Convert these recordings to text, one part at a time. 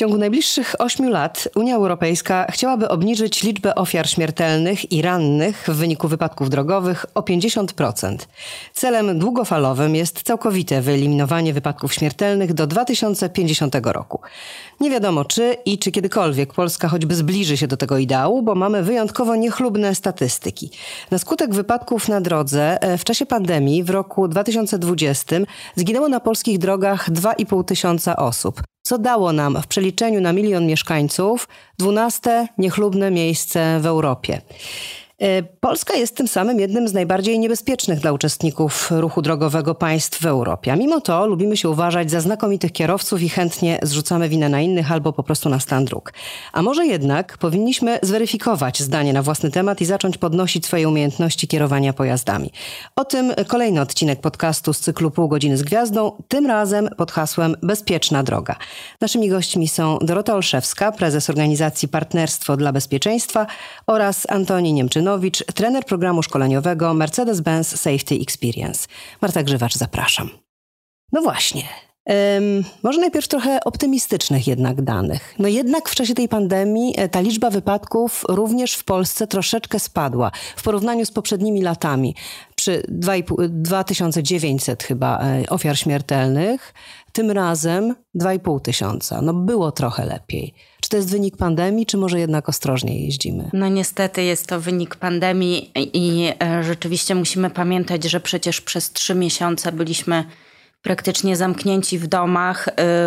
ciągu najbliższych 8 lat Unia Europejska chciałaby obniżyć liczbę ofiar śmiertelnych i rannych w wyniku wypadków drogowych o 50%. Celem długofalowym jest całkowite wyeliminowanie wypadków śmiertelnych do 2050 roku. Nie wiadomo czy kiedykolwiek Polska choćby zbliży się do tego ideału, bo mamy wyjątkowo niechlubne statystyki. Na skutek wypadków na drodze w czasie pandemii w roku 2020 zginęło na polskich drogach 2,5 tysiąca osób, co dało nam w przeliczeniu na 1 milion mieszkańców 12 niechlubne miejsce w Europie. Polska jest tym samym jednym z najbardziej niebezpiecznych dla uczestników ruchu drogowego państw w Europie. A mimo to lubimy się uważać za znakomitych kierowców i chętnie zrzucamy winę na innych albo po prostu na stan dróg. A może jednak powinniśmy zweryfikować zdanie na własny temat i zacząć podnosić swoje umiejętności kierowania pojazdami. O tym kolejny odcinek podcastu z cyklu Pół godziny z gwiazdą, tym razem pod hasłem Bezpieczna droga. Naszymi gośćmi są Dorota Olszewska, prezes organizacji Partnerstwo dla Bezpieczeństwa oraz Antoni Niemczynowicz, trener programu szkoleniowego Mercedes-Benz Safety Experience. Marta Grzywacz, zapraszam. No właśnie. Może najpierw trochę optymistycznych jednak danych. No jednak w czasie tej pandemii ta liczba wypadków również w Polsce troszeczkę spadła w porównaniu z poprzednimi latami. Przy 2900 chyba ofiar śmiertelnych, tym razem 2,5 tysiąca. No było trochę lepiej. Czy to jest wynik pandemii, czy może jednak ostrożniej jeździmy? No niestety jest to wynik pandemii i rzeczywiście musimy pamiętać, że przecież przez 3 miesiące byliśmy praktycznie zamknięci w domach,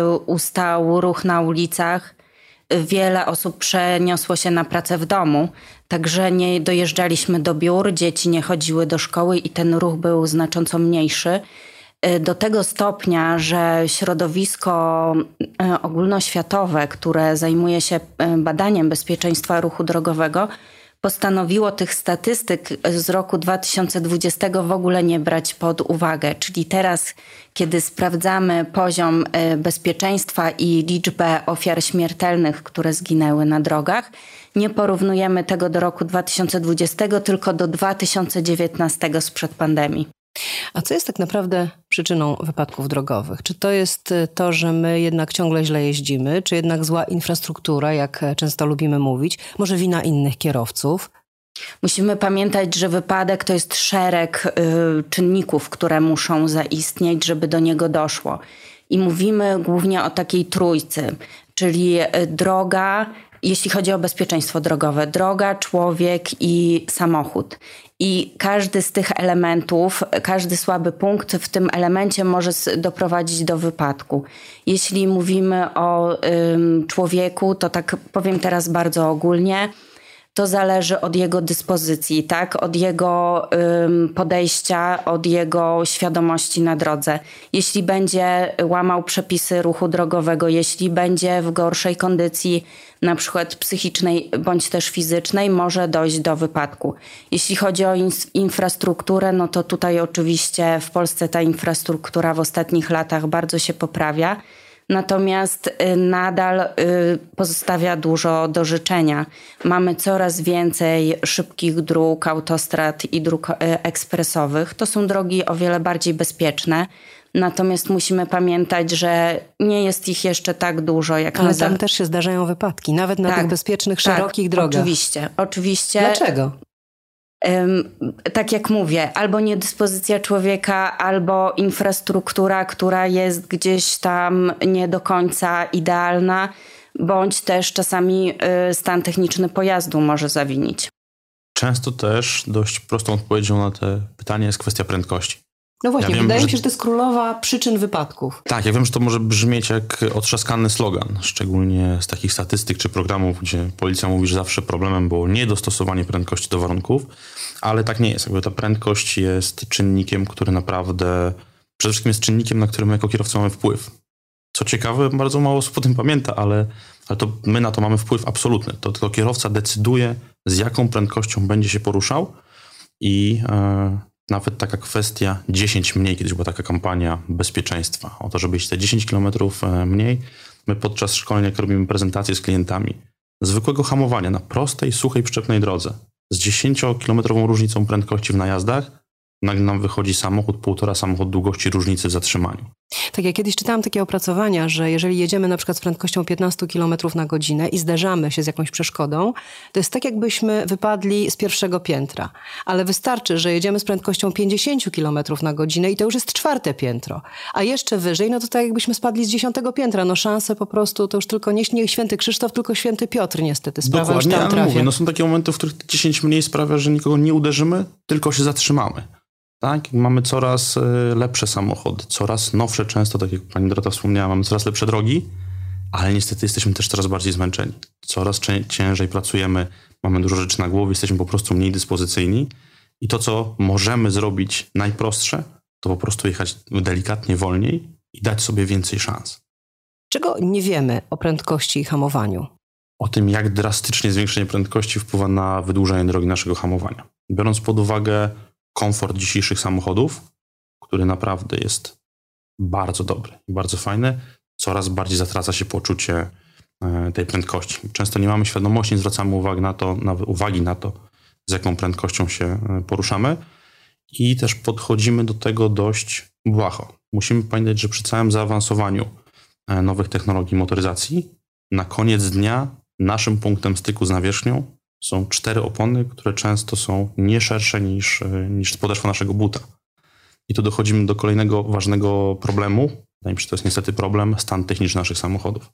ustał ruch na ulicach. Wiele osób przeniosło się na pracę w domu, także nie dojeżdżaliśmy do biur, dzieci nie chodziły do szkoły i ten ruch był znacząco mniejszy. Do tego stopnia, że środowisko ogólnoświatowe, które zajmuje się badaniem bezpieczeństwa ruchu drogowego, postanowiło tych statystyk z roku 2020 w ogóle nie brać pod uwagę. Czyli teraz, kiedy sprawdzamy poziom bezpieczeństwa i liczbę ofiar śmiertelnych, które zginęły na drogach, nie porównujemy tego do roku 2020, tylko do 2019 sprzed pandemii. A co jest tak naprawdę przyczyną wypadków drogowych? Czy to jest to, że my jednak ciągle źle jeździmy, czy jednak zła infrastruktura, jak często lubimy mówić, może wina innych kierowców? Musimy pamiętać, że wypadek to jest szereg czynników, które muszą zaistnieć, żeby do niego doszło. I mówimy głównie o takiej trójcy, czyli droga, jeśli chodzi o bezpieczeństwo drogowe, droga, człowiek i samochód. I każdy z tych elementów, każdy słaby punkt w tym elemencie może doprowadzić do wypadku. Jeśli mówimy o człowieku, to tak powiem teraz bardzo ogólnie, to zależy od jego dyspozycji, tak? Od jego podejścia, od jego świadomości na drodze. Jeśli będzie łamał przepisy ruchu drogowego, jeśli będzie w gorszej kondycji, na przykład psychicznej bądź też fizycznej, może dojść do wypadku. Jeśli chodzi o infrastrukturę, no to tutaj oczywiście w Polsce ta infrastruktura w ostatnich latach bardzo się poprawia. Natomiast nadal pozostawia dużo do życzenia. Mamy coraz więcej szybkich dróg, autostrad i dróg ekspresowych. To są drogi o wiele bardziej bezpieczne. Natomiast musimy pamiętać, że nie jest ich jeszcze tak dużo jak Ale tam też się zdarzają wypadki, nawet na tych bezpiecznych, szerokich drogach. Oczywiście. Dlaczego? Tak jak mówię, albo niedyspozycja człowieka, albo infrastruktura, która jest gdzieś tam nie do końca idealna, bądź też czasami stan techniczny pojazdu może zawinić. Często też dość prostą odpowiedzią na to pytanie jest kwestia prędkości. No właśnie, wydaje mi się, że to jest królowa przyczyn wypadków. Tak, ja wiem, że to może brzmieć jak otrzaskany slogan, szczególnie z takich statystyk czy programów, gdzie policja mówi, że zawsze problemem było niedostosowanie prędkości do warunków, ale tak nie jest. Jakby ta prędkość jest czynnikiem, który naprawdę, przede wszystkim jest czynnikiem, na który my jako kierowcy mamy wpływ. Co ciekawe, bardzo mało osób o tym pamięta, ale to my na to mamy wpływ absolutny. To kierowca decyduje, z jaką prędkością będzie się poruszał i nawet taka kwestia 10 mniej, kiedyś była taka kampania bezpieczeństwa, o to, żeby iść te 10 km mniej. My podczas szkolenia, jak robimy prezentacje z klientami, zwykłego hamowania na prostej, suchej, przyczepnej drodze z 10-kilometrową różnicą prędkości w najazdach nagle nam wychodzi samochód, 1,5 samochód długości różnicy w zatrzymaniu. Tak, ja kiedyś czytałam takie opracowania, że jeżeli jedziemy na przykład z prędkością 15 km na godzinę i zderzamy się z jakąś przeszkodą, to jest tak, jakbyśmy wypadli z pierwszego piętra. Ale wystarczy, że jedziemy z prędkością 50 km na godzinę i to już jest 4. piętro. A jeszcze wyżej, no to tak jakbyśmy spadli z 10 piętra. No szanse po prostu, to już tylko nie święty Krzysztof, tylko święty Piotr niestety sprawa. Dokładnie, już tam ale trafia. mówię, no są takie momenty, w których 10 mniej sprawia, że nikogo nie uderzymy, tylko się zatrzymamy. Tak? Mamy coraz lepsze samochody, coraz nowsze często, tak jak pani Dorota wspomniała, mamy coraz lepsze drogi, ale niestety jesteśmy też coraz bardziej zmęczeni. Coraz ciężej pracujemy, mamy dużo rzeczy na głowie, jesteśmy po prostu mniej dyspozycyjni i to, co możemy zrobić najprostsze, to po prostu jechać delikatnie wolniej i dać sobie więcej szans. Czego nie wiemy o prędkości i hamowaniu? O tym, jak drastycznie zwiększenie prędkości wpływa na wydłużenie drogi naszego hamowania. Biorąc pod uwagę komfort dzisiejszych samochodów, który naprawdę jest bardzo dobry, bardzo fajny, coraz bardziej zatraca się poczucie tej prędkości. Często nie mamy świadomości, nie zwracamy uwagi na to, z jaką prędkością się poruszamy i też podchodzimy do tego dość błaho. Musimy pamiętać, że przy całym zaawansowaniu nowych technologii motoryzacji, na koniec dnia naszym punktem styku z nawierzchnią są 4 opony, które często są nie szersze niż podeszwa naszego buta. I tu dochodzimy do kolejnego ważnego problemu. Wydaje mi się, że to jest niestety problem, stan techniczny naszych samochodów.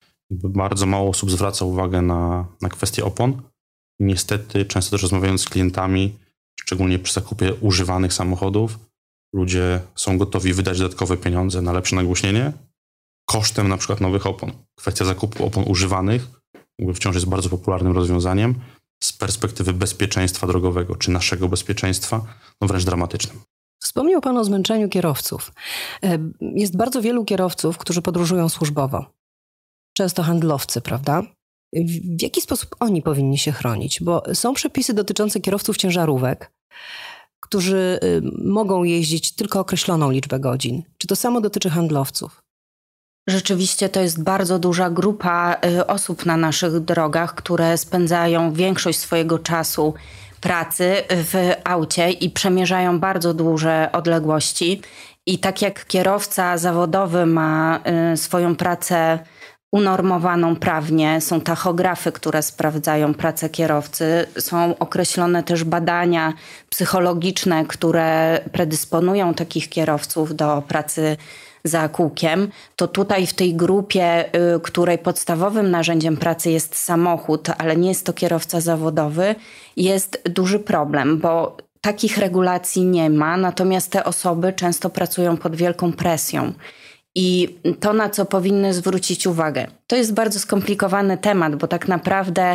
Bardzo mało osób zwraca uwagę na kwestię opon. Niestety, często też rozmawiając z klientami, szczególnie przy zakupie używanych samochodów, ludzie są gotowi wydać dodatkowe pieniądze na lepsze nagłośnienie kosztem na przykład nowych opon. Kwestia zakupu opon używanych wciąż jest bardzo popularnym rozwiązaniem z perspektywy bezpieczeństwa drogowego, czy naszego bezpieczeństwa, no wręcz dramatycznym. Wspomniał Pan o zmęczeniu kierowców. Jest bardzo wielu kierowców, którzy podróżują służbowo. Często handlowcy, prawda? W jaki sposób oni powinni się chronić? Bo są przepisy dotyczące kierowców ciężarówek, którzy mogą jeździć tylko określoną liczbę godzin. Czy to samo dotyczy handlowców? Rzeczywiście to jest bardzo duża grupa osób na naszych drogach, które spędzają większość swojego czasu pracy w aucie i przemierzają bardzo duże odległości. I tak jak kierowca zawodowy ma swoją pracę unormowaną prawnie, są tachografy, które sprawdzają pracę kierowcy, są określone też badania psychologiczne, które predysponują takich kierowców do pracy za kółkiem, to tutaj w tej grupie, której podstawowym narzędziem pracy jest samochód, ale nie jest to kierowca zawodowy, jest duży problem, bo takich regulacji nie ma, natomiast te osoby często pracują pod wielką presją. I to, na co powinny zwrócić uwagę, to jest bardzo skomplikowany temat, bo tak naprawdę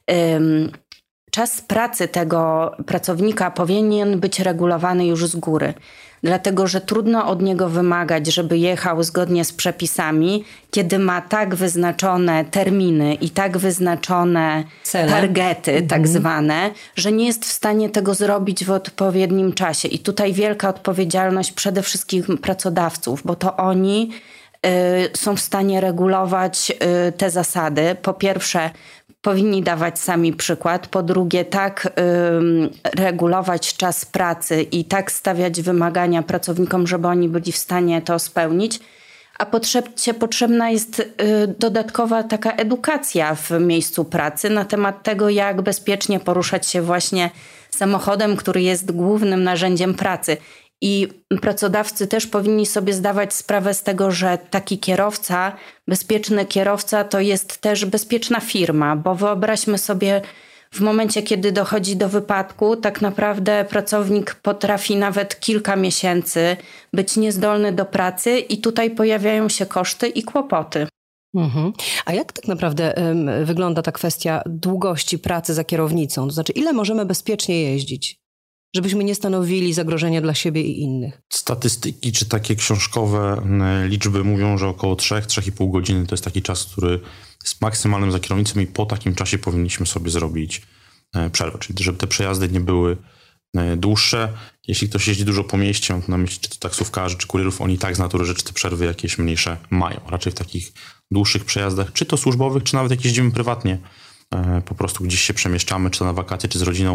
czas pracy tego pracownika powinien być regulowany już z góry. Dlatego, że trudno od niego wymagać, żeby jechał zgodnie z przepisami, kiedy ma tak wyznaczone terminy i tak wyznaczone cele, targety tak zwane, że nie jest w stanie tego zrobić w odpowiednim czasie. I tutaj wielka odpowiedzialność przede wszystkim pracodawców, bo to oni są w stanie regulować te zasady. Po pierwsze, powinni dawać sami przykład. Po drugie, tak regulować czas pracy i tak stawiać wymagania pracownikom, żeby oni byli w stanie to spełnić. A potrzebna jest dodatkowa taka edukacja w miejscu pracy na temat tego, jak bezpiecznie poruszać się właśnie samochodem, który jest głównym narzędziem pracy. I pracodawcy też powinni sobie zdawać sprawę z tego, że taki kierowca, bezpieczny kierowca to jest też bezpieczna firma, bo wyobraźmy sobie, w momencie, kiedy dochodzi do wypadku, tak naprawdę pracownik potrafi nawet kilka miesięcy być niezdolny do pracy i tutaj pojawiają się koszty i kłopoty. A jak tak naprawdę wygląda ta kwestia długości pracy za kierownicą? To znaczy, ile możemy bezpiecznie jeździć, żebyśmy nie stanowili zagrożenia dla siebie i innych? Statystyki czy takie książkowe liczby mówią, że około 3-3,5 godziny to jest taki czas, który jest maksymalnym za kierownicą i po takim czasie powinniśmy sobie zrobić przerwę. Czyli żeby te przejazdy nie były dłuższe. Jeśli ktoś jeździ dużo po mieście, mam na myśli czy to taksówkarzy, czy kurierów, oni tak z natury rzeczy te przerwy jakieś mniejsze mają. Raczej w takich dłuższych przejazdach, czy to służbowych, czy nawet jak jeździmy prywatnie, po prostu gdzieś się przemieszczamy, czy to na wakacje, czy z rodziną,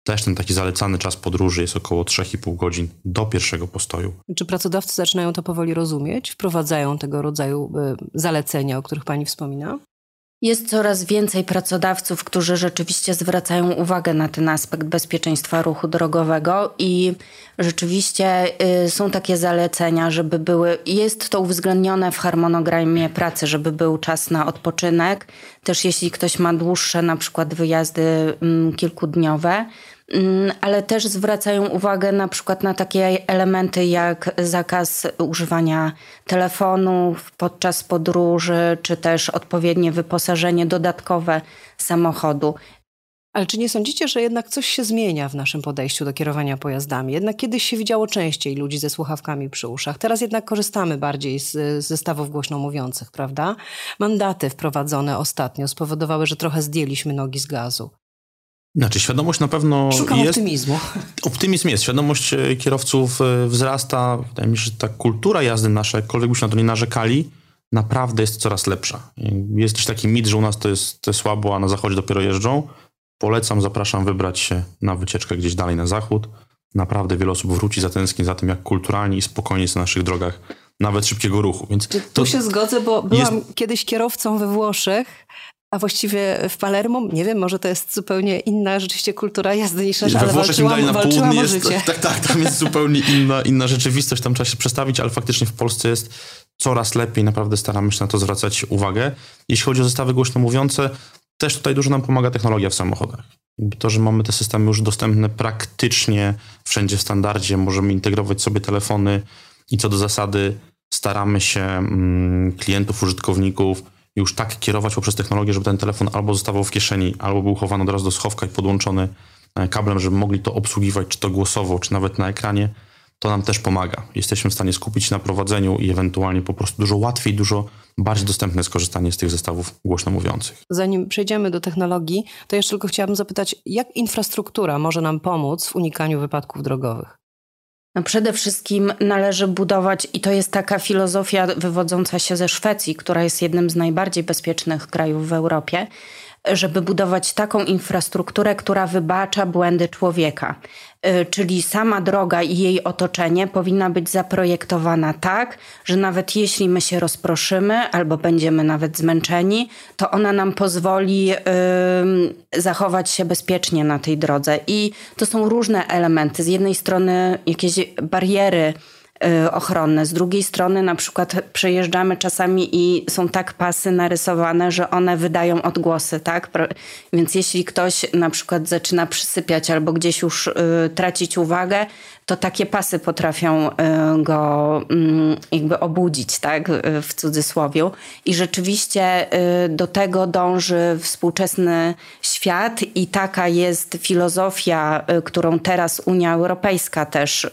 Też ten taki zalecany czas podróży jest około 3,5 godzin do pierwszego postoju. Czy pracodawcy zaczynają to powoli rozumieć? Wprowadzają tego rodzaju zalecenia, o których pani wspomina? Jest coraz więcej pracodawców, którzy rzeczywiście zwracają uwagę na ten aspekt bezpieczeństwa ruchu drogowego i rzeczywiście są takie zalecenia, żeby jest to uwzględnione w harmonogramie pracy, żeby był czas na odpoczynek. Też jeśli ktoś ma dłuższe na przykład wyjazdy kilkudniowe, ale też zwracają uwagę na przykład na takie elementy jak zakaz używania telefonów podczas podróży, czy też odpowiednie wyposażenie dodatkowe samochodu. Ale czy nie sądzicie, że jednak coś się zmienia w naszym podejściu do kierowania pojazdami? Jednak kiedyś się widziało częściej ludzi ze słuchawkami przy uszach. Teraz jednak korzystamy bardziej z zestawów głośno mówiących, prawda? Mandaty wprowadzone ostatnio spowodowały, że trochę zdjęliśmy nogi z gazu. Znaczy świadomość na pewno Szukam jest. optymizmu. Optymizm jest. Świadomość kierowców wzrasta. Wydaje mi się, że ta kultura jazdy nasza, jakkolwiek byśmy na to nie narzekali, naprawdę jest coraz lepsza. Jest gdzieś taki mit, że u nas to jest słabo, a na zachodzie dopiero jeżdżą. Polecam, zapraszam wybrać się na wycieczkę gdzieś dalej na zachód. Naprawdę wiele osób wróci, zatęskni za tym, jak kulturalnie i spokojnie jest na naszych drogach, nawet szybkiego ruchu. Więc tu się zgodzę, bo byłam kiedyś kierowcą we Włoszech, a właściwie w Palermo, nie wiem, może to jest zupełnie inna rzeczywiście kultura jazdy niż nasza, ale walczyłam o życie. Tak, tam jest zupełnie inna rzeczywistość, tam trzeba się przestawić, ale faktycznie w Polsce jest coraz lepiej, naprawdę staramy się na to zwracać uwagę. Jeśli chodzi o zestawy głośno mówiące, też tutaj dużo nam pomaga technologia w samochodach. To, że mamy te systemy już dostępne praktycznie wszędzie w standardzie, możemy integrować sobie telefony i co do zasady staramy się klientów, użytkowników już tak kierować poprzez technologię, żeby ten telefon albo zostawał w kieszeni, albo był chowany od razu do schowka i podłączony kablem, żeby mogli to obsługiwać, czy to głosowo, czy nawet na ekranie. To nam też pomaga. Jesteśmy w stanie skupić się na prowadzeniu i ewentualnie po prostu dużo łatwiej, dużo bardziej dostępne skorzystanie z tych zestawów głośno mówiących. Zanim przejdziemy do technologii, to jeszcze tylko chciałabym zapytać, jak infrastruktura może nam pomóc w unikaniu wypadków drogowych? No przede wszystkim należy budować, i to jest taka filozofia wywodząca się ze Szwecji, która jest jednym z najbardziej bezpiecznych krajów w Europie, żeby budować taką infrastrukturę, która wybacza błędy człowieka. Czyli sama droga i jej otoczenie powinna być zaprojektowana tak, że nawet jeśli my się rozproszymy albo będziemy nawet zmęczeni, to ona nam pozwoli zachować się bezpiecznie na tej drodze. I to są różne elementy. Z jednej strony jakieś bariery ochronne. Z drugiej strony na przykład przejeżdżamy czasami i są tak pasy narysowane, że one wydają odgłosy, tak? Więc jeśli ktoś na przykład zaczyna przysypiać albo gdzieś już tracić uwagę, to takie pasy potrafią go jakby obudzić, tak? W cudzysłowie. I rzeczywiście do tego dąży współczesny świat i taka jest filozofia, którą teraz Unia Europejska też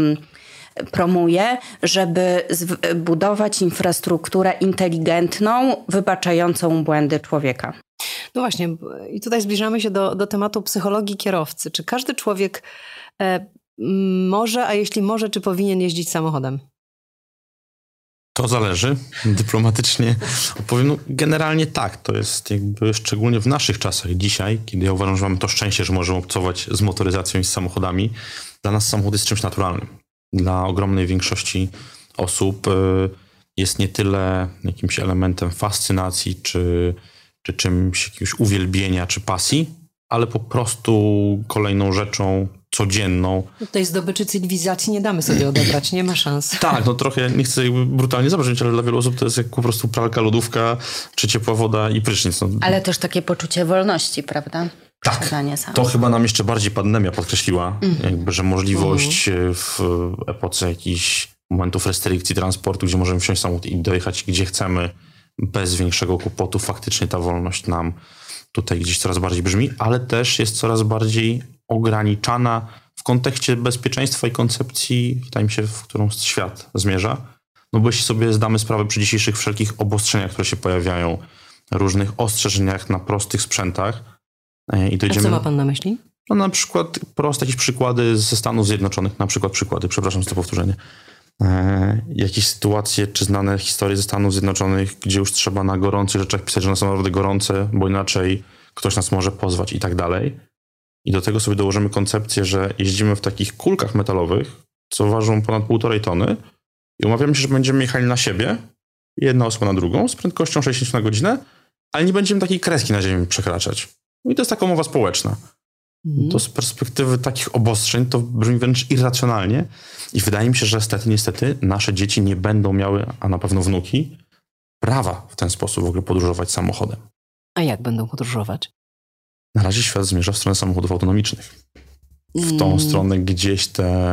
promuje, żeby budować infrastrukturę inteligentną, wybaczającą błędy człowieka. No właśnie, i tutaj zbliżamy się do tematu psychologii kierowcy. Czy każdy człowiek może, a jeśli może, czy powinien jeździć samochodem? To zależy. Dyplomatycznie odpowiem. No, generalnie tak. To jest jakby szczególnie w naszych czasach dzisiaj, kiedy ja uważam, że mamy to szczęście, że możemy obcować z motoryzacją i z samochodami. Dla nas samochód jest czymś naturalnym. Dla ogromnej większości osób jest nie tyle jakimś elementem fascynacji, czy czymś jakiegoś uwielbienia, czy pasji, ale po prostu kolejną rzeczą codzienną. Tej zdobyczy cywilizacji nie damy sobie odebrać, nie ma szans. Tak, no trochę, nie chcę jakby brutalnie zabrzmieć, ale dla wielu osób to jest jak po prostu pralka, lodówka, czy ciepła woda i prysznic. No. Ale też takie poczucie wolności, prawda? Tak, to chyba nam jeszcze bardziej pandemia podkreśliła, jakby, że możliwość w epoce jakichś momentów restrykcji transportu, gdzie możemy wsiąść w samochód i dojechać gdzie chcemy bez większego kłopotu, faktycznie ta wolność nam tutaj gdzieś coraz bardziej brzmi, ale też jest coraz bardziej ograniczana w kontekście bezpieczeństwa i koncepcji, wydaje mi się, w którą świat zmierza. No bo jeśli sobie zdamy sprawę przy dzisiejszych wszelkich obostrzeniach, które się pojawiają, różnych ostrzeżeniach na prostych sprzętach, i dojdziemy... A co ma pan na myśli? No na przykład proste jakieś przykłady ze Stanów Zjednoczonych, przepraszam za to powtórzenie. Jakieś sytuacje czy znane historie ze Stanów Zjednoczonych, gdzie już trzeba na gorących rzeczach pisać, że one są naprawdę gorące, bo inaczej ktoś nas może pozwać i tak dalej. i do tego sobie dołożymy koncepcję, że jeździmy w takich kulkach metalowych, co ważą ponad 1,5 tony i umawiamy się, że będziemy jechali na siebie, jedna osoba na drugą, z prędkością 60 na godzinę, ale nie będziemy takiej kreski na ziemi przekraczać. I to jest taka umowa społeczna. To z perspektywy takich obostrzeń to brzmi wręcz irracjonalnie i wydaje mi się, że niestety nasze dzieci nie będą miały, a na pewno wnuki, prawa w ten sposób w ogóle podróżować samochodem. A jak będą podróżować? Na razie świat zmierza w stronę samochodów autonomicznych. W tą stronę gdzieś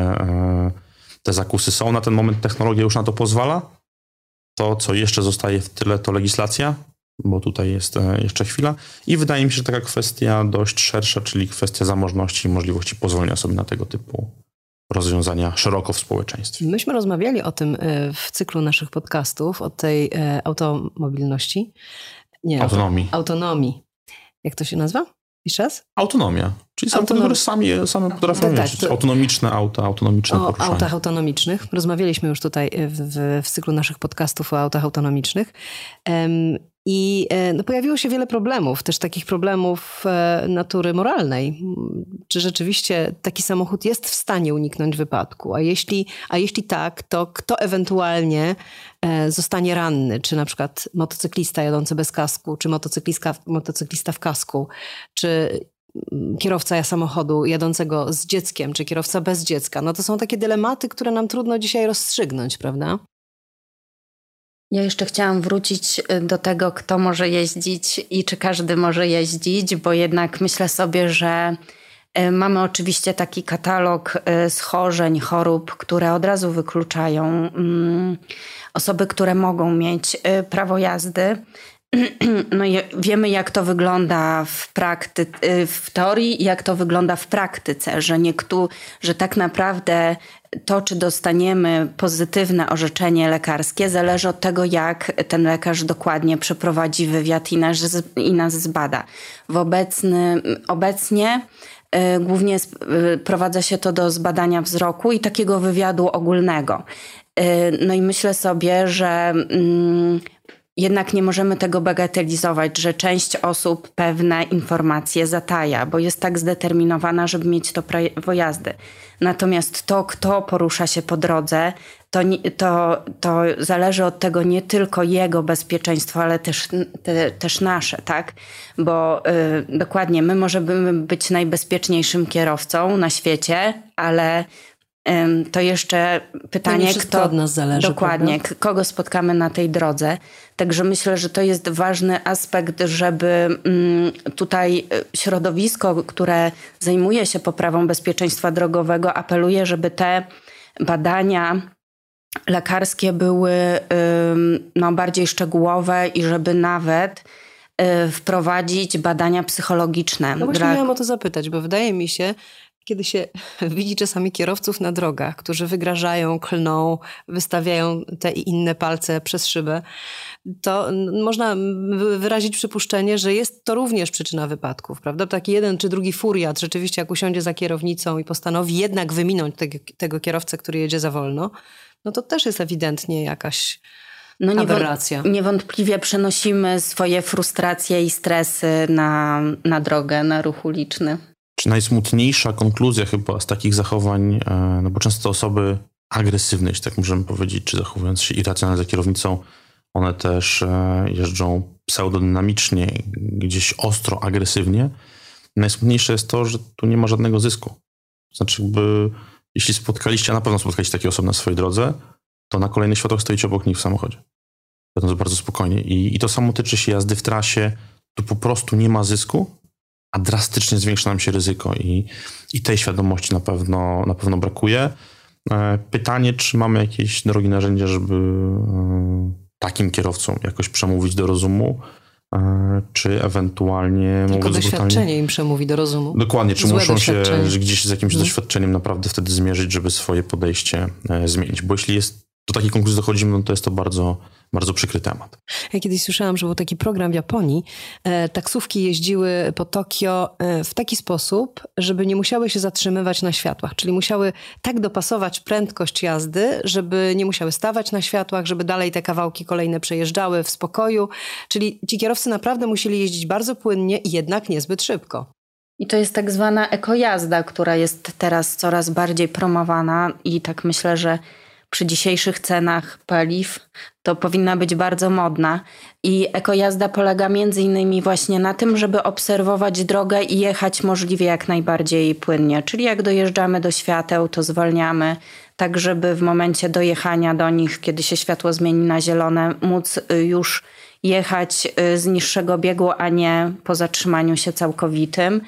te zakusy są. Na ten moment technologia już na to pozwala. To, co jeszcze zostaje w tyle, to legislacja, bo tutaj jest jeszcze chwila. I wydaje mi się, że taka kwestia dość szersza, czyli kwestia zamożności i możliwości pozwolenia sobie na tego typu rozwiązania szeroko w społeczeństwie. Myśmy rozmawiali o tym w cyklu naszych podcastów, o tej automobilności. Nie, autonomii. Jak to się nazywa? Jeszcze raz? Autonomia. Czyli samochody, które same potrafią jeździć. Autonomiczne auta, autonomiczne poruszanie. O autach autonomicznych. Rozmawialiśmy już tutaj w cyklu naszych podcastów o autach autonomicznych. I pojawiło się wiele problemów, też takich problemów natury moralnej. Czy rzeczywiście taki samochód jest w stanie uniknąć wypadku? A jeśli tak, to kto ewentualnie zostanie ranny? Czy na przykład motocyklista jadący bez kasku, czy motocyklista w kasku, czy kierowca samochodu jadącego z dzieckiem, czy kierowca bez dziecka? No to są takie dylematy, które nam trudno dzisiaj rozstrzygnąć, prawda? Ja jeszcze chciałam wrócić do tego, kto może jeździć i czy każdy może jeździć, bo jednak myślę sobie, że mamy oczywiście taki katalog schorzeń, chorób, które od razu wykluczają osoby, które mogą mieć prawo jazdy. No i wiemy, jak to wygląda w teorii i jak to wygląda w praktyce, że tak naprawdę to, czy dostaniemy pozytywne orzeczenie lekarskie, zależy od tego, jak ten lekarz dokładnie przeprowadzi wywiad i nas zbada. Obecnie głównie prowadza się to do zbadania wzroku i takiego wywiadu ogólnego. No i myślę sobie, że jednak nie możemy tego bagatelizować, że część osób pewne informacje zataja, bo jest tak zdeterminowana, żeby mieć to prawo jazdy. Natomiast to, kto porusza się po drodze, to zależy od tego nie tylko jego bezpieczeństwo, ale też nasze, tak? Bo dokładnie my możemy być najbezpieczniejszym kierowcą na świecie, ale to jeszcze pytanie, kto od nas zależy. Dokładnie, kogo spotkamy na tej drodze. Także myślę, że to jest ważny aspekt, żeby tutaj środowisko, które zajmuje się poprawą bezpieczeństwa drogowego, apeluje, żeby te badania lekarskie były bardziej szczegółowe i żeby nawet wprowadzić badania psychologiczne. No właśnie miałam o to zapytać, bo wydaje mi się, kiedy się widzi czasami kierowców na drogach, którzy wygrażają, klną, wystawiają te i inne palce przez szybę, to można wyrazić przypuszczenie, że jest to również przyczyna wypadków, prawda? Taki jeden czy drugi furiat rzeczywiście jak usiądzie za kierownicą i postanowi jednak wyminąć tego kierowcę, który jedzie za wolno, no to też jest ewidentnie jakaś aberracja. Niewątpliwie przenosimy swoje frustracje i stresy na drogę, na ruch uliczny. Czy najsmutniejsza konkluzja chyba z takich zachowań, no bo często osoby agresywne, jeśli tak możemy powiedzieć, czy zachowując się irracjonalnie za kierownicą, one też jeżdżą pseudodynamicznie, gdzieś ostro, agresywnie. Najsmutniejsze jest to, że tu nie ma żadnego zysku. Znaczy jeśli spotkaliście, a na pewno spotkaliście takie osoby na swojej drodze, to na kolejnych światłach stoicie obok nich w samochodzie. To bardzo spokojnie. I to samo tyczy się jazdy w trasie. Tu po prostu nie ma zysku, a drastycznie zwiększa nam się ryzyko i tej świadomości na pewno brakuje. Pytanie, czy mamy jakieś drogi narzędzia, żeby takim kierowcom jakoś przemówić do rozumu, czy ewentualnie... Tylko doświadczenie im przemówi do rozumu. Dokładnie, czy muszą się gdzieś z jakimś doświadczeniem naprawdę wtedy zmierzyć, żeby swoje podejście zmienić. Bo jeśli do takiej konkluzji dochodzimy, no to jest to bardzo, bardzo przykry temat. Ja kiedyś słyszałam, że był taki program w Japonii. Taksówki jeździły po Tokio w taki sposób, żeby nie musiały się zatrzymywać na światłach. Czyli musiały tak dopasować prędkość jazdy, żeby nie musiały stawać na światłach, żeby dalej te kawałki kolejne przejeżdżały w spokoju. Czyli ci kierowcy naprawdę musieli jeździć bardzo płynnie i jednak niezbyt szybko. I to jest tak zwana ekojazda, która jest teraz coraz bardziej promowana i tak myślę, że przy dzisiejszych cenach paliw to powinna być bardzo modna. I ekojazda polega między innymi właśnie na tym, żeby obserwować drogę i jechać możliwie jak najbardziej płynnie. Czyli jak dojeżdżamy do świateł, to zwalniamy, tak żeby w momencie dojechania do nich, kiedy się światło zmieni na zielone, móc już jechać z niższego biegu, a nie po zatrzymaniu się całkowitym.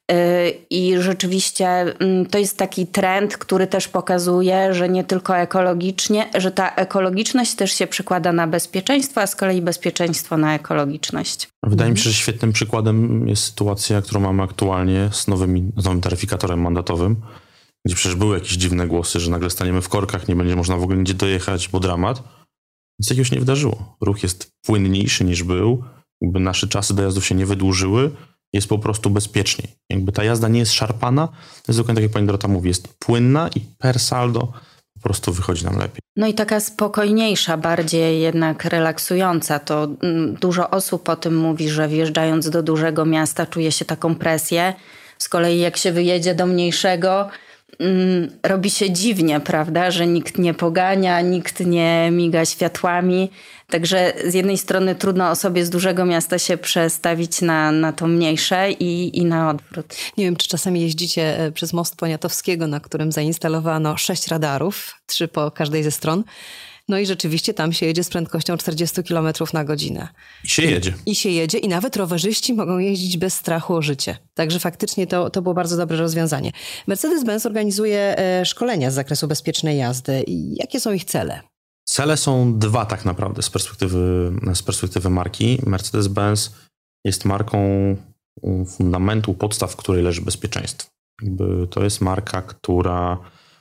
I rzeczywiście to jest taki trend, który też pokazuje, że nie tylko ekologicznie, że ta ekologiczność też się przekłada na bezpieczeństwo, a z kolei bezpieczeństwo na ekologiczność. Wydaje mi się, że świetnym przykładem jest sytuacja, którą mamy aktualnie z nowym taryfikatorem mandatowym, gdzie przecież były jakieś dziwne głosy, że nagle staniemy w korkach, nie będzie można w ogóle nigdzie dojechać, bo dramat. Nic takiego się nie wydarzyło. Ruch jest płynniejszy niż był, jakby nasze czasy dojazdów się nie wydłużyły, jest po prostu bezpieczniej. Jakby ta jazda nie jest szarpana, to jest dokładnie tak jak pani Dorota mówi, jest płynna i per saldo po prostu wychodzi nam lepiej. No i taka spokojniejsza, bardziej jednak relaksująca. To dużo osób o tym mówi, że wjeżdżając do dużego miasta czuje się taką presję. Z kolei jak się wyjedzie do mniejszego, robi się dziwnie, prawda, że nikt nie pogania, nikt nie miga światłami. Także z jednej strony trudno osobie z dużego miasta się przestawić na to mniejsze i na odwrót. Nie wiem, czy czasami jeździcie przez most Poniatowskiego, na którym zainstalowano 6 radarów, 3 po każdej ze stron. No i rzeczywiście tam się jedzie z prędkością 40 km na godzinę. I się jedzie i nawet rowerzyści mogą jeździć bez strachu o życie. Także faktycznie to było bardzo dobre rozwiązanie. Mercedes-Benz organizuje szkolenia z zakresu bezpiecznej jazdy. Jakie są ich cele? Cele są 2 tak naprawdę z perspektywy marki. Mercedes-Benz jest marką fundamentu, podstaw, w której leży bezpieczeństwo. To jest marka, która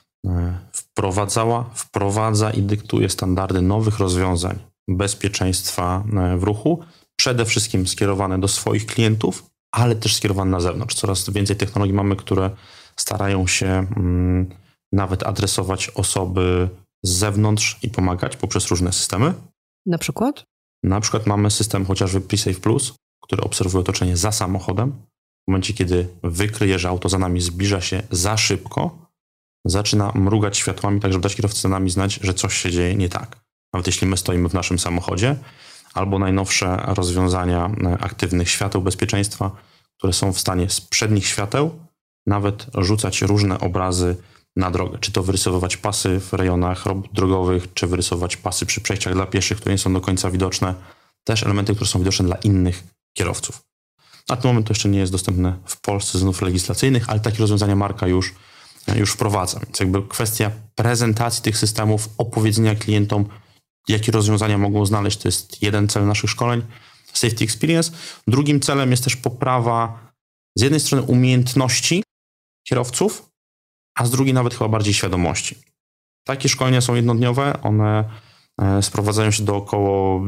wprowadza i dyktuje standardy nowych rozwiązań bezpieczeństwa w ruchu, przede wszystkim skierowane do swoich klientów, ale też skierowane na zewnątrz. Coraz więcej technologii mamy, które starają się nawet adresować osoby z zewnątrz i pomagać poprzez różne systemy. Na przykład? Na przykład mamy system chociażby PreSafe Plus, który obserwuje otoczenie za samochodem. W momencie, kiedy wykryje, że auto za nami zbliża się za szybko, zaczyna mrugać światłami, tak żeby dać kierowcy za nami znać, że coś się dzieje nie tak. Nawet jeśli my stoimy w naszym samochodzie, albo najnowsze rozwiązania aktywnych świateł bezpieczeństwa, które są w stanie z przednich świateł nawet rzucać różne obrazy na drogę. Czy to wyrysowywać pasy w rejonach robót drogowych, czy wyrysować pasy przy przejściach dla pieszych, które nie są do końca widoczne. Też elementy, które są widoczne dla innych kierowców. Na ten moment to jeszcze nie jest dostępne w Polsce z znów legislacyjnych, ale takie rozwiązania marka już wprowadza. Więc jakby kwestia prezentacji tych systemów, opowiedzenia klientom, jakie rozwiązania mogą znaleźć, to jest jeden cel naszych szkoleń, safety experience. Drugim celem jest też poprawa z jednej strony umiejętności kierowców, a z drugiej nawet chyba bardziej świadomości. Takie szkolenia są jednodniowe, one sprowadzają się do około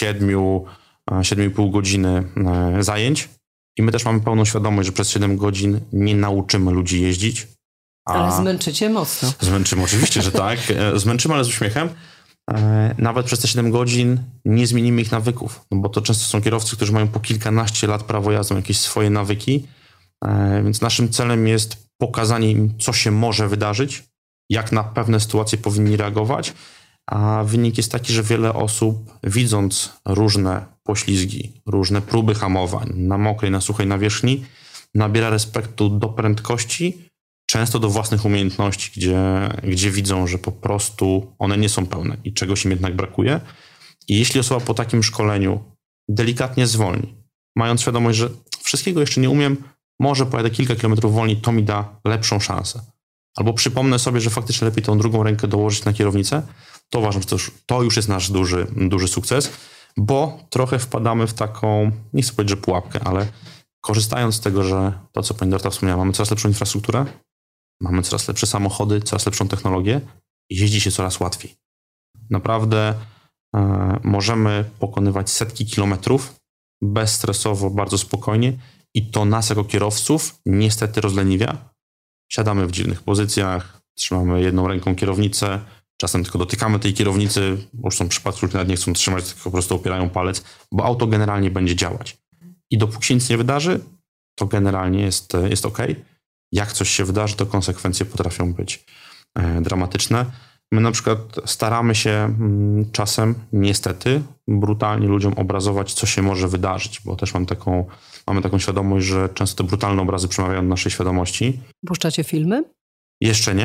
7,5 godziny zajęć i my też mamy pełną świadomość, że przez 7 godzin nie nauczymy ludzi jeździć. Ale zmęczycie mocno. Zmęczymy, oczywiście, że tak. Zmęczymy, ale z uśmiechem. Nawet przez te 7 godzin nie zmienimy ich nawyków, no bo to często są kierowcy, którzy mają po kilkanaście lat prawo jazdy, jakieś swoje nawyki, więc naszym celem jest pokazanie im, co się może wydarzyć, jak na pewne sytuacje powinni reagować, a wynik jest taki, że wiele osób, widząc różne poślizgi, różne próby hamowań na mokrej, na suchej nawierzchni, nabiera respektu do prędkości, często do własnych umiejętności, gdzie widzą, że po prostu one nie są pełne i czegoś im jednak brakuje. I jeśli osoba po takim szkoleniu delikatnie zwolni, mając świadomość, że wszystkiego jeszcze nie umiem, może pojadę kilka kilometrów wolniej, to mi da lepszą szansę. Albo przypomnę sobie, że faktycznie lepiej tą drugą rękę dołożyć na kierownicę, to uważam, że to już jest nasz duży sukces, bo trochę wpadamy w taką, nie chcę powiedzieć, że pułapkę, ale korzystając z tego, że to, co pani Dorota wspomniała, mamy coraz lepszą infrastrukturę, mamy coraz lepsze samochody, coraz lepszą technologię i jeździ się coraz łatwiej. Naprawdę możemy pokonywać setki kilometrów bezstresowo, bardzo spokojnie i to nas jako kierowców niestety rozleniwia. Siadamy w dziwnych pozycjach, trzymamy jedną ręką kierownicę, czasem tylko dotykamy tej kierownicy, bo już są przypadki, które nawet nie chcą trzymać, tylko po prostu opierają palec, bo auto generalnie będzie działać. I dopóki się nic nie wydarzy, to generalnie jest ok. Jak coś się wydarzy, to konsekwencje potrafią być dramatyczne. My na przykład staramy się czasem, niestety, brutalnie ludziom obrazować, co się może wydarzyć, bo też mamy taką świadomość, że często te brutalne obrazy przemawiają do naszej świadomości. Puszczacie filmy? Jeszcze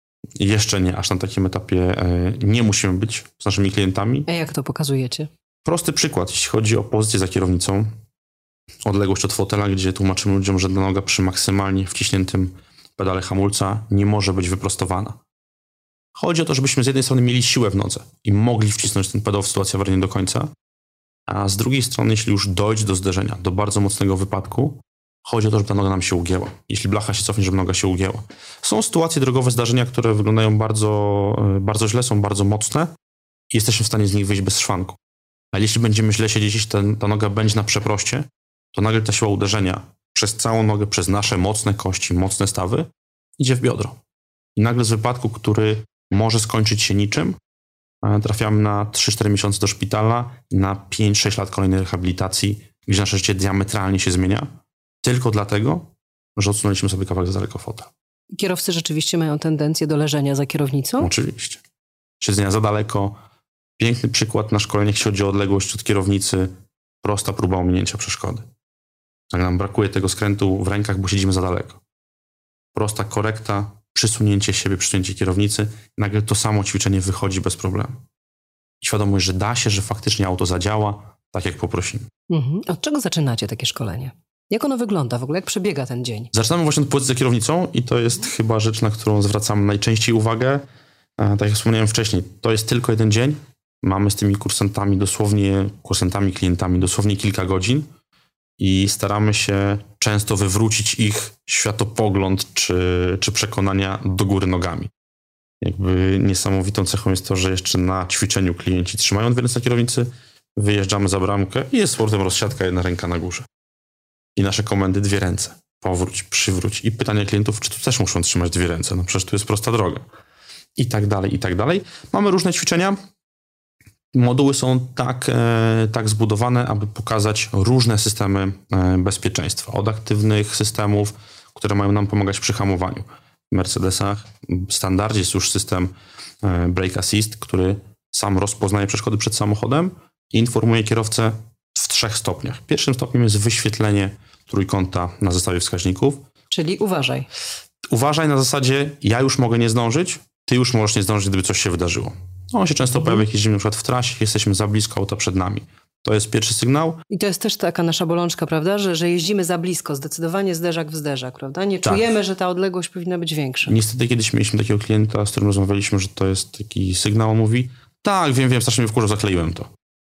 nie, aż na takim etapie nie musimy być z naszymi klientami. A jak to pokazujecie? Prosty przykład, jeśli chodzi o pozycję za kierownicą, odległość od fotela, gdzie tłumaczymy ludziom, że noga przy maksymalnie wciśniętym pedale hamulca nie może być wyprostowana. Chodzi o to, żebyśmy z jednej strony mieli siłę w nodze i mogli wcisnąć ten pedał w sytuacji awaryjnej do końca, a z drugiej strony, jeśli już dojdzie do zderzenia, do bardzo mocnego wypadku, chodzi o to, żeby ta noga nam się ugięła. Jeśli blacha się cofnie, żeby noga się ugięła. Są sytuacje drogowe, zdarzenia, które wyglądają bardzo, bardzo źle, są bardzo mocne i jesteśmy w stanie z nich wyjść bez szwanku. Ale jeśli będziemy źle siedzieć, jeśli ta noga będzie na przeproście, to nagle ta siła uderzenia przez całą nogę, przez nasze mocne kości, mocne stawy idzie w biodro. I nagle z wypadku, który może skończyć się niczym, trafiamy na 3-4 miesiące do szpitala, na 5-6 lat kolejnej rehabilitacji, gdzie nasze życie diametralnie się zmienia, tylko dlatego, że odsunęliśmy sobie kawałek za daleko fotel. Kierowcy rzeczywiście mają tendencję do leżenia za kierownicą? Oczywiście. Siedzenia za daleko. Piękny przykład na szkoleniach, jeśli chodzi o odległość od kierownicy, prosta próba ominięcia przeszkody. Jak nam brakuje tego skrętu w rękach, bo siedzimy za daleko. Prosta korekta, przysunięcie siebie, przysunięcie kierownicy, nagle to samo ćwiczenie wychodzi bez problemu. Świadomość, że da się, że faktycznie auto zadziała tak, jak poprosimy. Od czego zaczynacie takie szkolenie? Jak ono wygląda w ogóle? Jak przebiega ten dzień? Zaczynamy właśnie od pozycji za kierownicą i to jest chyba rzecz, na którą zwracamy najczęściej uwagę. Tak jak wspomniałem wcześniej, to jest tylko jeden dzień. Mamy z tymi kursantami, klientami dosłownie kilka godzin i staramy się często wywrócić ich światopogląd czy przekonania do góry nogami. Jakby niesamowitą cechą jest to, że jeszcze na ćwiczeniu klienci trzymają dwie ręce na kierownicy, wyjeżdżamy za bramkę i jest z powrotem rozsiadka, jedna ręka na górze. I nasze komendy dwie ręce. Powróć, przywróć. I pytania klientów, czy tu też muszą trzymać dwie ręce? No przecież tu jest prosta droga. I tak dalej, i tak dalej. Mamy różne ćwiczenia. Moduły są tak zbudowane, aby pokazać różne systemy bezpieczeństwa. Od aktywnych systemów, które mają nam pomagać przy hamowaniu. W Mercedesach w standardzie jest już system Brake Assist, który sam rozpoznaje przeszkody przed samochodem i informuje kierowcę w 3 stopniach. Pierwszym stopniem jest wyświetlenie trójkąta na zestawie wskaźników. Czyli uważaj. Uważaj na zasadzie, ja już mogę nie zdążyć, ty już możesz nie zdążyć, gdyby coś się wydarzyło. On się często pojawia, jak jeździmy na przykład w trasie, jesteśmy za blisko auta przed nami. To jest pierwszy sygnał. I to jest też taka nasza bolączka, prawda, że jeździmy za blisko, zdecydowanie zderzak w zderzak, prawda? Nie czujemy, że ta odległość powinna być większa. Niestety kiedyś mieliśmy takiego klienta, z którym rozmawialiśmy, że to jest taki sygnał, on mówi, tak, wiem, strasznie mnie wkurza, zakleiłem to.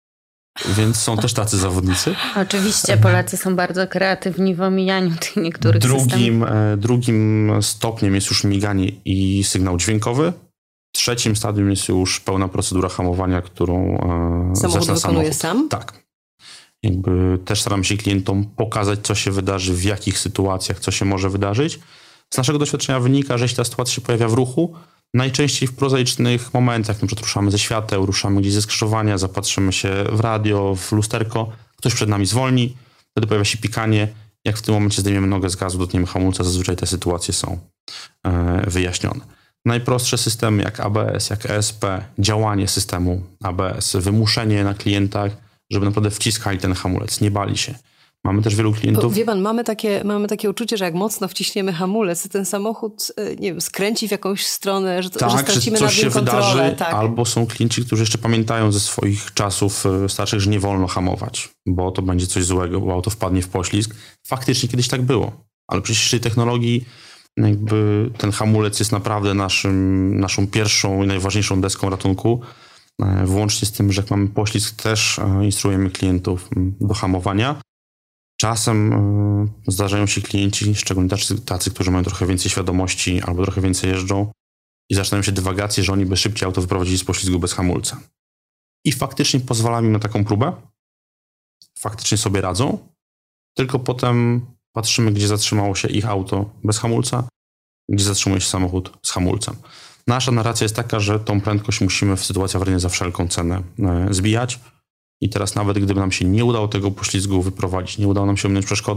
Więc są też tacy zawodnicy. Oczywiście Polacy są bardzo kreatywni w omijaniu tych niektórych systemów. Drugim stopniem jest już miganie i sygnał dźwiękowy. Trzecim stadium jest już pełna procedura hamowania, którą samochód wykonuje sam? Tak. Jakby też staramy się klientom pokazać, co się wydarzy, w jakich sytuacjach, co się może wydarzyć. Z naszego doświadczenia wynika, że jeśli ta sytuacja się pojawia w ruchu, najczęściej w prozaicznych momentach, na przykład ruszamy ze świateł, ruszamy gdzieś ze skrzyżowania, zapatrzymy się w radio, w lusterko, ktoś przed nami zwolni, wtedy pojawia się pikanie. Jak w tym momencie zdejmiemy nogę z gazu, dotkniemy hamulca, zazwyczaj te sytuacje są wyjaśnione. Najprostsze systemy jak ABS, jak ESP, działanie systemu ABS, wymuszenie na klientach, żeby naprawdę wciskali ten hamulec, nie bali się. Mamy też wielu klientów... Wie pan, mamy takie uczucie, że jak mocno wciśniemy hamulec, to ten samochód, nie wiem, skręci w jakąś stronę, że stracimy nad nim kontrolę. Wydarzy, tak. Albo są klienci, którzy jeszcze pamiętają ze swoich czasów starszych, że nie wolno hamować, bo to będzie coś złego, bo auto wpadnie w poślizg. Faktycznie kiedyś tak było, ale przy dzisiejszej technologii jakby ten hamulec jest naprawdę naszą pierwszą i najważniejszą deską ratunku. Włącznie z tym, że jak mamy poślizg, też instruujemy klientów do hamowania. Czasem zdarzają się klienci, szczególnie tacy, którzy mają trochę więcej świadomości albo trochę więcej jeżdżą i zaczynają się dywagacje, że oni by szybciej auto wyprowadzili z poślizgu bez hamulca. I faktycznie pozwalamy im na taką próbę. Faktycznie sobie radzą. Tylko potem patrzymy, gdzie zatrzymało się ich auto bez hamulca, gdzie zatrzymuje się samochód z hamulcem. Nasza narracja jest taka, że tą prędkość musimy w sytuacji awaryjnej za wszelką cenę zbijać. I teraz nawet gdyby nam się nie udało tego poślizgu wyprowadzić, nie udało nam się ominąć przeszkody,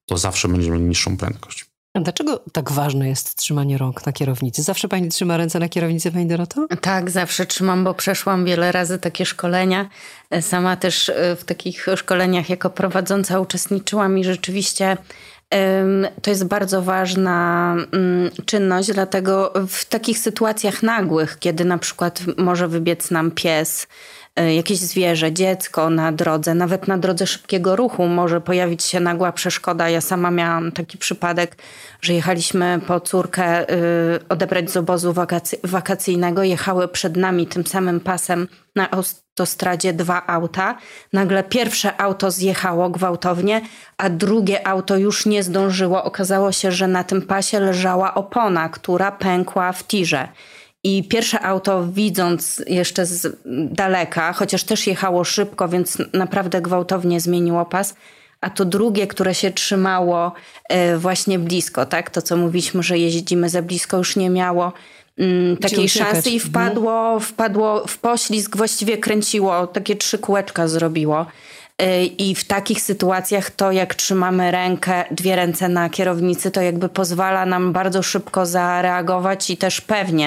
to zawsze będziemy mieli niższą prędkość. A dlaczego tak ważne jest trzymanie rąk na kierownicy? Zawsze pani trzyma ręce na kierownicy, pani Doroto? Tak, zawsze trzymam, bo przeszłam wiele razy takie szkolenia. Sama też w takich szkoleniach jako prowadząca uczestniczyłam i rzeczywiście to jest bardzo ważna czynność, dlatego w takich sytuacjach nagłych, kiedy na przykład może wybiec nam pies, jakieś zwierzę, dziecko na drodze, nawet na drodze szybkiego ruchu może pojawić się nagła przeszkoda. Ja sama miałam taki przypadek, że jechaliśmy po córkę odebrać z obozu wakacyjnego. Jechały przed nami tym samym pasem na autostradzie 2 auta. Nagle pierwsze auto zjechało gwałtownie, a drugie auto już nie zdążyło. Okazało się, że na tym pasie leżała opona, która pękła w tirze. I pierwsze auto, widząc jeszcze z daleka, chociaż też jechało szybko, więc naprawdę gwałtownie zmieniło pas, a to drugie, które się trzymało właśnie blisko, tak? To, co mówiliśmy, że jeździmy za blisko, już nie miało takiej szansy i wpadło w poślizg, właściwie kręciło, takie 3 kółeczka zrobiło. I w takich sytuacjach to, jak trzymamy dwie ręce na kierownicy, to jakby pozwala nam bardzo szybko zareagować i też pewnie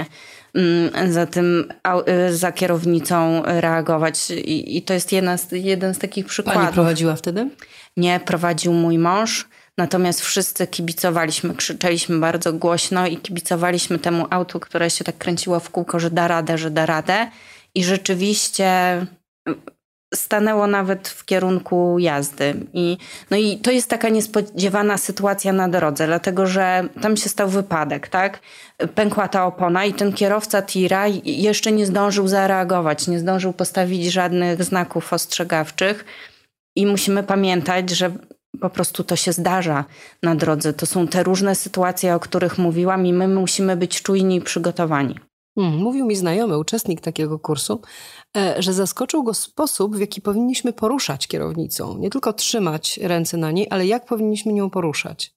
za kierownicą reagować. I to jest jeden z takich przykładów. Pani prowadziła wtedy? Nie, prowadził mój mąż. Natomiast wszyscy kibicowaliśmy, krzyczeliśmy bardzo głośno i kibicowaliśmy temu autu, które się tak kręciło w kółko, że da radę. I rzeczywiście stanęło nawet w kierunku jazdy. I to jest taka niespodziewana sytuacja na drodze, dlatego że tam się stał wypadek, tak? Pękła ta opona i ten kierowca tira jeszcze nie zdążył zareagować, nie zdążył postawić żadnych znaków ostrzegawczych i musimy pamiętać, że po prostu to się zdarza na drodze. To są te różne sytuacje, o których mówiłam i my musimy być czujni i przygotowani. Mówił mi znajomy, uczestnik takiego kursu, że zaskoczył go sposób, w jaki powinniśmy poruszać kierownicą. Nie tylko trzymać ręce na niej, ale jak powinniśmy nią poruszać.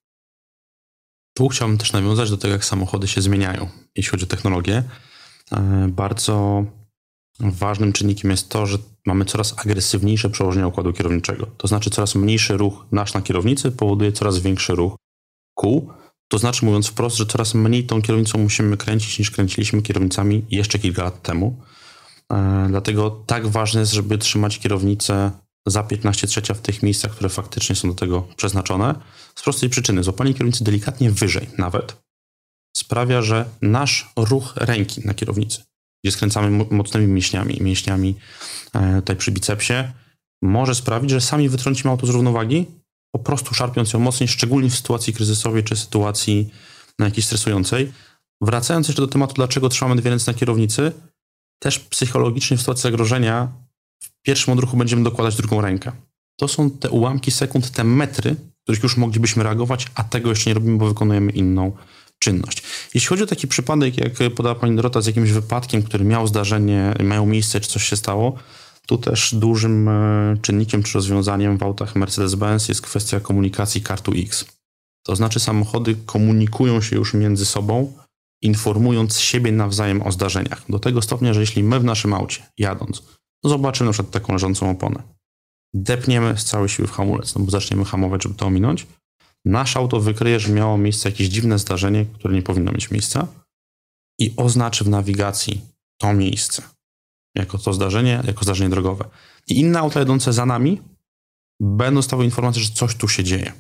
Tu chciałbym też nawiązać do tego, jak samochody się zmieniają, jeśli chodzi o technologię. Bardzo ważnym czynnikiem jest to, że mamy coraz agresywniejsze przełożenie układu kierowniczego. To znaczy coraz mniejszy ruch nasz na kierownicy powoduje coraz większy ruch kół. To znaczy, mówiąc wprost, że coraz mniej tą kierownicą musimy kręcić, niż kręciliśmy kierownicami jeszcze kilka lat temu. Dlatego tak ważne jest, żeby trzymać kierownicę za 15/3 w tych miejscach, które faktycznie są do tego przeznaczone. Z prostej przyczyny, złapanie kierownicy delikatnie wyżej nawet sprawia, że nasz ruch ręki na kierownicy, gdzie skręcamy mocnymi mięśniami tutaj przy bicepsie, może sprawić, że sami wytrącimy auto z równowagi, po prostu szarpiąc ją mocniej, szczególnie w sytuacji kryzysowej czy sytuacji jakiejś stresującej. Wracając jeszcze do tematu, dlaczego trzymamy 2 ręce na kierownicy, też psychologicznie w sytuacji zagrożenia w pierwszym odruchu będziemy dokładać drugą rękę. To są te ułamki sekund, te metry, w których już moglibyśmy reagować, a tego jeszcze nie robimy, bo wykonujemy inną czynność. Jeśli chodzi o taki przypadek, jak podała pani Dorota, z jakimś wypadkiem, który miał zdarzenie, miało miejsce, czy coś się stało, tu też dużym czynnikiem czy rozwiązaniem w autach Mercedes-Benz jest kwestia komunikacji Car2X. To znaczy samochody komunikują się już między sobą, informując siebie nawzajem o zdarzeniach. Do tego stopnia, że jeśli my w naszym aucie jadąc, zobaczymy na przykład taką leżącą oponę, depniemy z całej siły w hamulec, bo zaczniemy hamować, żeby to ominąć, nasze auto wykryje, że miało miejsce jakieś dziwne zdarzenie, które nie powinno mieć miejsca i oznaczy w nawigacji to miejsce jako zdarzenie drogowe. I inne auta jadące za nami będą dostawały informację, że coś tu się dzieje.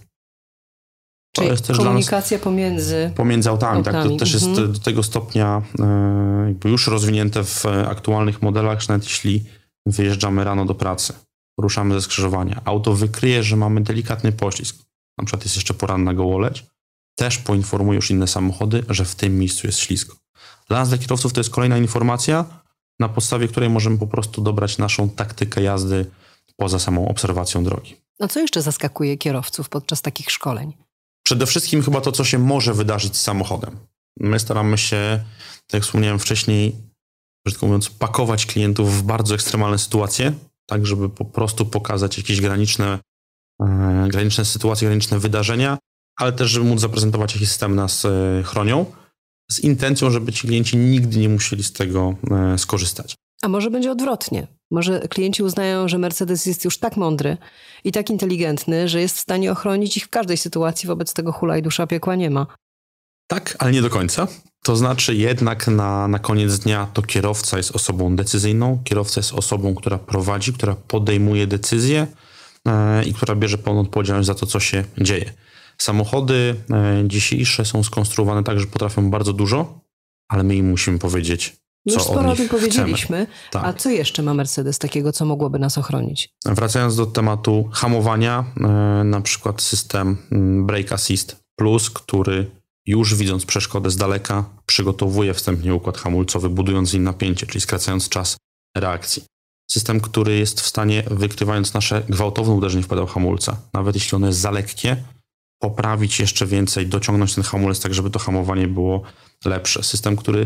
To czyli jest też komunikacja pomiędzy autami. Tak, to też jest do tego stopnia jakby już rozwinięte w aktualnych modelach, że nawet jeśli wyjeżdżamy rano do pracy, ruszamy ze skrzyżowania, auto wykryje, że mamy delikatny poślizg, na przykład jest jeszcze poranna gołoleć, też poinformuje już inne samochody, że w tym miejscu jest ślisko. Dla nas, dla kierowców, to jest kolejna informacja, na podstawie której możemy po prostu dobrać naszą taktykę jazdy poza samą obserwacją drogi. A co jeszcze zaskakuje kierowców podczas takich szkoleń? Przede wszystkim chyba to, co się może wydarzyć z samochodem. My staramy się, tak jak wspomniałem wcześniej, brzydko mówiąc, pakować klientów w bardzo ekstremalne sytuacje, tak żeby po prostu pokazać jakieś graniczne sytuacje, graniczne wydarzenia, ale też żeby móc zaprezentować, jakie systemy nas chronią, z intencją, żeby ci klienci nigdy nie musieli z tego skorzystać. A może będzie odwrotnie? Może klienci uznają, że Mercedes jest już tak mądry i tak inteligentny, że jest w stanie ochronić ich w każdej sytuacji, wobec tego hulaj dusza piekła nie ma. Tak, ale nie do końca. To znaczy jednak na koniec dnia to kierowca jest osobą decyzyjną, kierowca jest osobą, która prowadzi, która podejmuje decyzje i która bierze pełną odpowiedzialność za to, co się dzieje. Samochody dzisiejsze są skonstruowane tak, że potrafią bardzo dużo, ale my im musimy powiedzieć, co już sporo o tym powiedzieliśmy. Tak. A co jeszcze ma Mercedes takiego, co mogłoby nas ochronić? Wracając do tematu hamowania, na przykład system Brake Assist Plus, który już widząc przeszkodę z daleka przygotowuje wstępnie układ hamulcowy, budując im napięcie, czyli skracając czas reakcji. System, który jest w stanie, wykrywając nasze gwałtowne uderzenie w pedał hamulca, nawet jeśli ono jest za lekkie, poprawić jeszcze więcej, dociągnąć ten hamulec tak, żeby to hamowanie było lepsze. System, który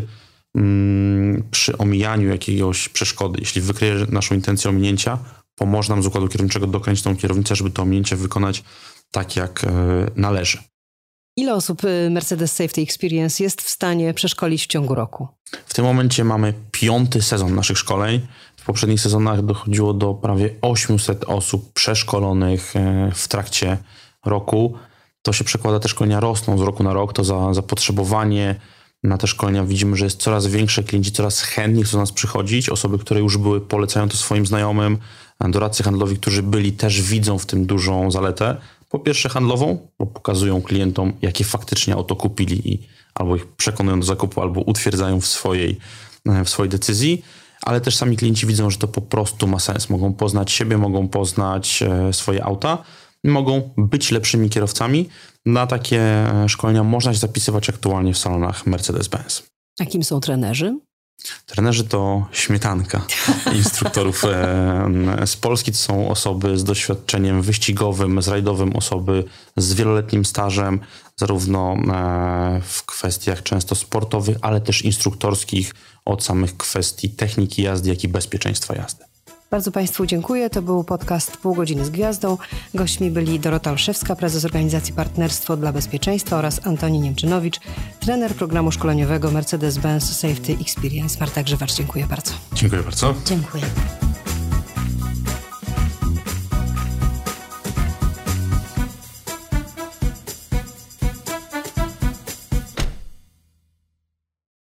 przy omijaniu jakiegoś przeszkody, jeśli wykryje naszą intencję ominięcia, pomoże nam z układu kierowniczego dokręcić tą kierownicę, żeby to ominięcie wykonać tak, jak należy. Ile osób Mercedes Safety Experience jest w stanie przeszkolić w ciągu roku? W tym momencie mamy 5. sezon naszych szkoleń. W poprzednich sezonach dochodziło do prawie 800 osób przeszkolonych w trakcie roku. To się przekłada, te szkolenia rosną z roku na rok, to zapotrzebowanie na te szkolenia widzimy, że jest coraz większe, klienci coraz chętniej chcą do nas przychodzić. Osoby, które już były, polecają to swoim znajomym, doradcy handlowi, którzy byli, też widzą w tym dużą zaletę. Po pierwsze handlową, bo pokazują klientom, jakie faktycznie auto kupili i albo ich przekonują do zakupu, albo utwierdzają w swojej decyzji, ale też sami klienci widzą, że to po prostu ma sens. Mogą poznać siebie, mogą poznać swoje auta, mogą być lepszymi kierowcami. Na takie szkolenia można się zapisywać aktualnie w salonach Mercedes-Benz. A kim są trenerzy? Trenerzy to śmietanka instruktorów z Polski. To są osoby z doświadczeniem wyścigowym, z rajdowym, osoby z wieloletnim stażem, zarówno w kwestiach często sportowych, ale też instruktorskich, od samych kwestii techniki jazdy, jak i bezpieczeństwa jazdy. Bardzo Państwu dziękuję. To był podcast Pół godziny z gwiazdą. Gośćmi byli Dorota Olszewska, prezes organizacji Partnerstwo dla Bezpieczeństwa, oraz Antoni Niemczynowicz, trener programu szkoleniowego Mercedes-Benz Safety Experience. Marta Grzywacz, dziękuję bardzo. Dziękuję bardzo. Dziękuję.